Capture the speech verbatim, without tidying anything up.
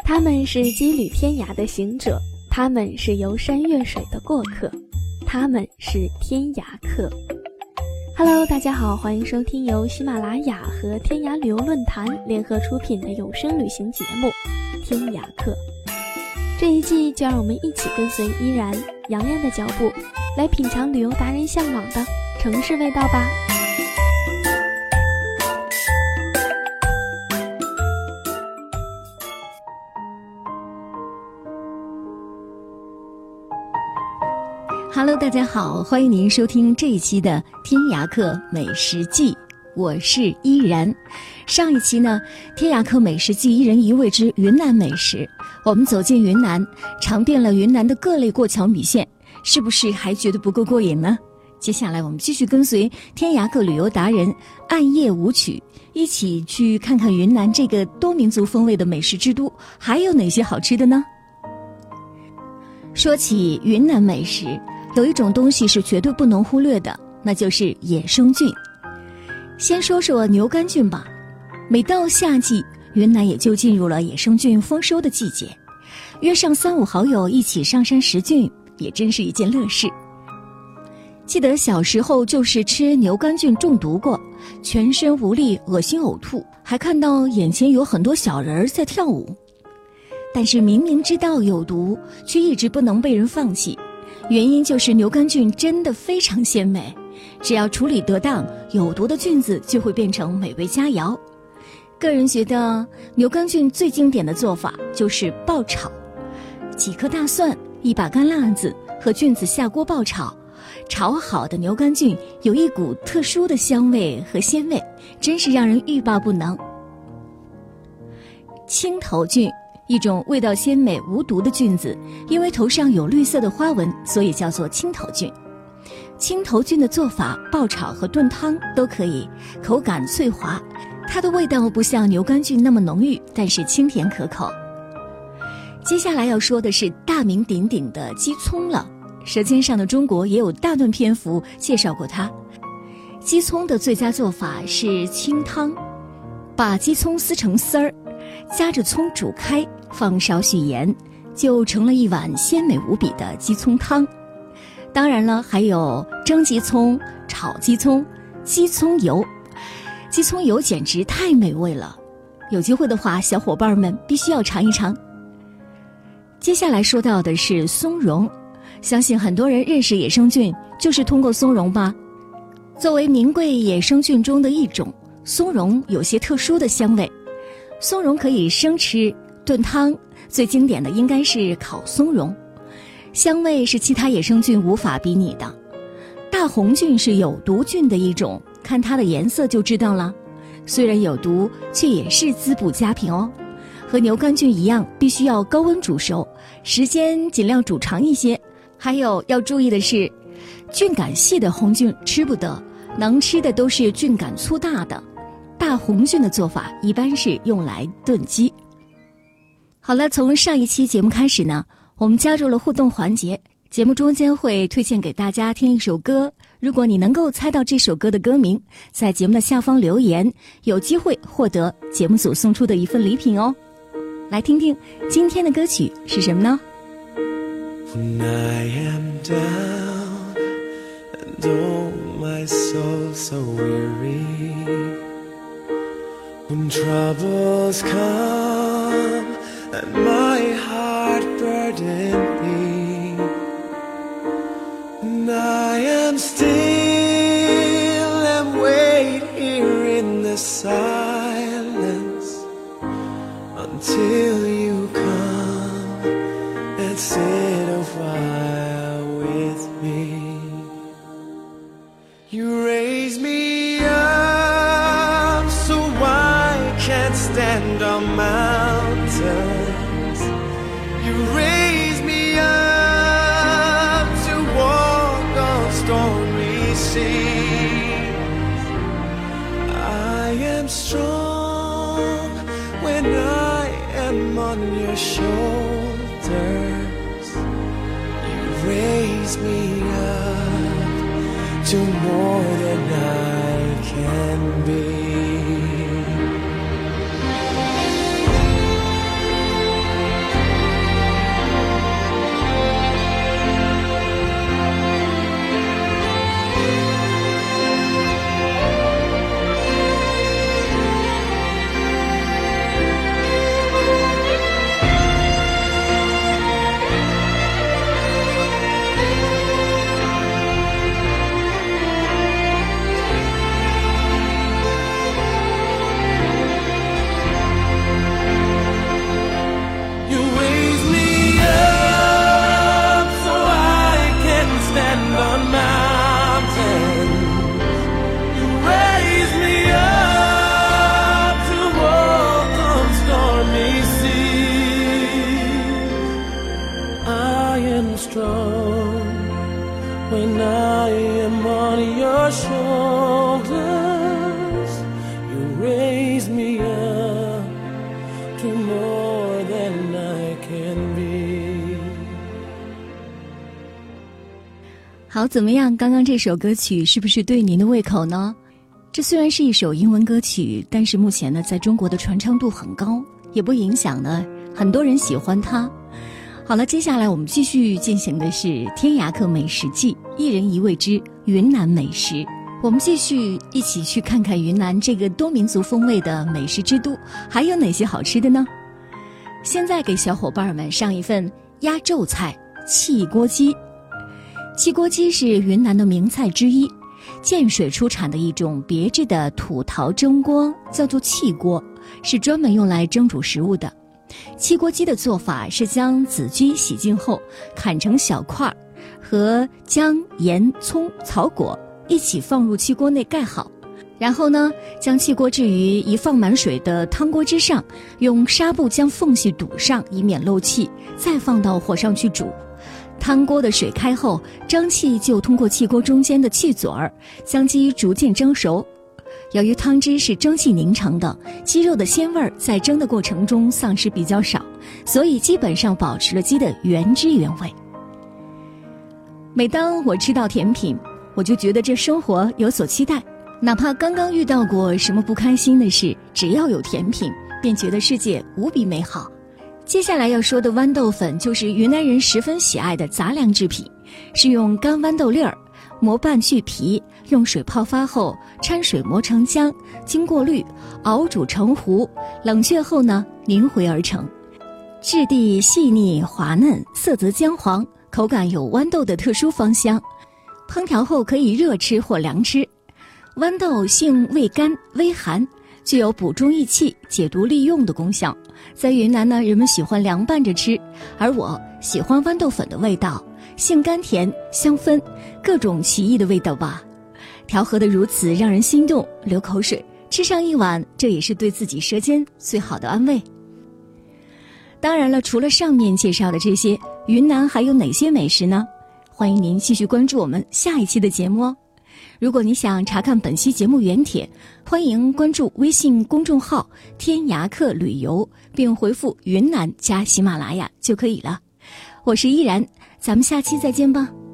他们是羁旅天涯的行者，他们是游山越水的过客，他们是天涯客。Hello， 大家好，欢迎收听由喜马拉雅和天涯旅游论坛联合出品的有声旅行节目《天涯客》。这一季就让我们一起跟随依然、杨洋的脚步，来品尝旅游达人向往的城市味道吧。 Hello， 大家好，欢迎您收听这一期的天涯客美食记，我是依然。上一期呢，天涯客美食记一人一味之云南美食，我们走进云南，尝遍了云南的各类过桥米线，是不是还觉得不够过瘾呢？接下来我们继续跟随天涯客旅游达人暗夜舞曲，一起去看看云南这个多民族风味的美食之都还有哪些好吃的呢？说起云南美食，有一种东西是绝对不能忽略的，那就是野生菌。先说说牛肝菌吧。每到夏季，云南也就进入了野生菌丰收的季节，约上三五好友一起上山拾菌，也真是一件乐事。记得小时候就是吃牛肝菌中毒过，全身无力，恶心呕吐，还看到眼前有很多小人在跳舞。但是明明知道有毒，却一直不能被人放弃，原因就是牛肝菌真的非常鲜美，只要处理得当，有毒的菌子就会变成美味佳肴。个人觉得牛肝菌最经典的做法就是爆炒，几颗大蒜，一把干辣子和菌子下锅爆炒，炒好的牛肝菌有一股特殊的香味和鲜味，真是让人欲罢不能。青头菌，一种味道鲜美无毒的菌子，因为头上有绿色的花纹，所以叫做青头菌。青头菌的做法，爆炒和炖汤都可以，口感脆滑，它的味道不像牛肝菌那么浓郁，但是清甜可口。接下来要说的是大名鼎鼎的鸡葱了，舌尖上的中国也有大段篇幅介绍过它。鸡葱的最佳做法是清汤，把鸡葱撕成丝儿，夹着葱煮开，放少许盐，就成了一碗鲜美无比的鸡葱汤。当然了，还有蒸鸡葱、炒鸡葱、鸡葱油。鸡葱油简直太美味了，有机会的话，小伙伴们必须要尝一尝。接下来说到的是松茸，相信很多人认识野生菌就是通过松茸吧。作为名贵野生菌中的一种，松茸有些特殊的香味。松茸可以生吃、炖汤，最经典的应该是烤松茸，香味是其他野生菌无法比拟的。大红菌是有毒菌的一种，看它的颜色就知道了，虽然有毒，却也是滋补佳品哦。和牛肝菌一样，必须要高温煮熟，时间尽量煮长一些。还有要注意的是，菌感细的红菌吃不得，能吃的都是菌感粗大的。大红菌的做法一般是用来炖鸡。好了，从上一期节目开始呢，我们加入了互动环节，节目中间会推荐给大家听一首歌，如果你能够猜到这首歌的歌名，在节目的下方留言，有机会获得节目组送出的一份礼品哦。来听听今天的歌曲是什么呢？ When I am down and oh my soul so weary, when troubles come and my heart burden me, and I am still and wait here in the silence until you come and sit a while with me. You raise me up so I can't stand on mountains. You raise me up to walk on stormy seas. I am strong when I am on your shoulders. You raise me up to more than I can be. when I am on your shoulders. You raise me up to more than I can be. 好，怎么样？刚刚这首歌曲是不是对您的胃口呢？这虽然是一首英文歌曲，但是目前呢，在中国的传唱度很高，也不影响呢很多人喜欢它。好了，接下来我们继续进行的是天涯客美食记，一人一味之云南美食。我们继续一起去看看云南这个多民族风味的美食之都，还有哪些好吃的呢？现在给小伙伴们上一份压轴菜汽锅鸡。汽锅鸡是云南的名菜之一，建水出产的一种别致的土陶蒸锅，叫做汽锅，是专门用来蒸煮食物的。汽锅鸡的做法是将子鸡洗净后砍成小块，和姜、盐、葱、草果一起放入汽锅内盖好，然后呢，将汽锅置于一放满水的汤锅之上，用纱布将缝隙堵上，以免漏气，再放到火上去煮。汤锅的水开后，蒸汽就通过汽锅中间的气嘴儿，将鸡逐渐蒸熟。由于汤汁是蒸汽凝成的，鸡肉的鲜味在蒸的过程中丧失比较少，所以基本上保持了鸡的原汁原味。每当我吃到甜品，我就觉得这生活有所期待，哪怕刚刚遇到过什么不开心的事，只要有甜品，便觉得世界无比美好。接下来要说的豌豆粉就是云南人十分喜爱的杂粮制品，是用干豌豆粒儿磨拌去皮，用水泡发后掺水磨成浆，经过滤熬煮成糊，冷却后呢凝回而成，质地细腻滑嫩，色泽姜黄，口感有豌豆的特殊芳香。烹调后可以热吃或凉吃。豌豆性味甘微寒，具有补中益气、解毒利用的功效。在云南呢，人们喜欢凉拌着吃，而我喜欢豌豆粉的味道，性甘甜香氛，各种奇异的味道吧，调和得如此让人心动流口水，吃上一碗，这也是对自己舌尖最好的安慰。当然了，除了上面介绍的这些，云南还有哪些美食呢？欢迎您继续关注我们下一期的节目哦。如果你想查看本期节目原帖，欢迎关注微信公众号天涯客旅游，并回复云南加喜马拉雅就可以了。我是依然，咱们下期再见吧。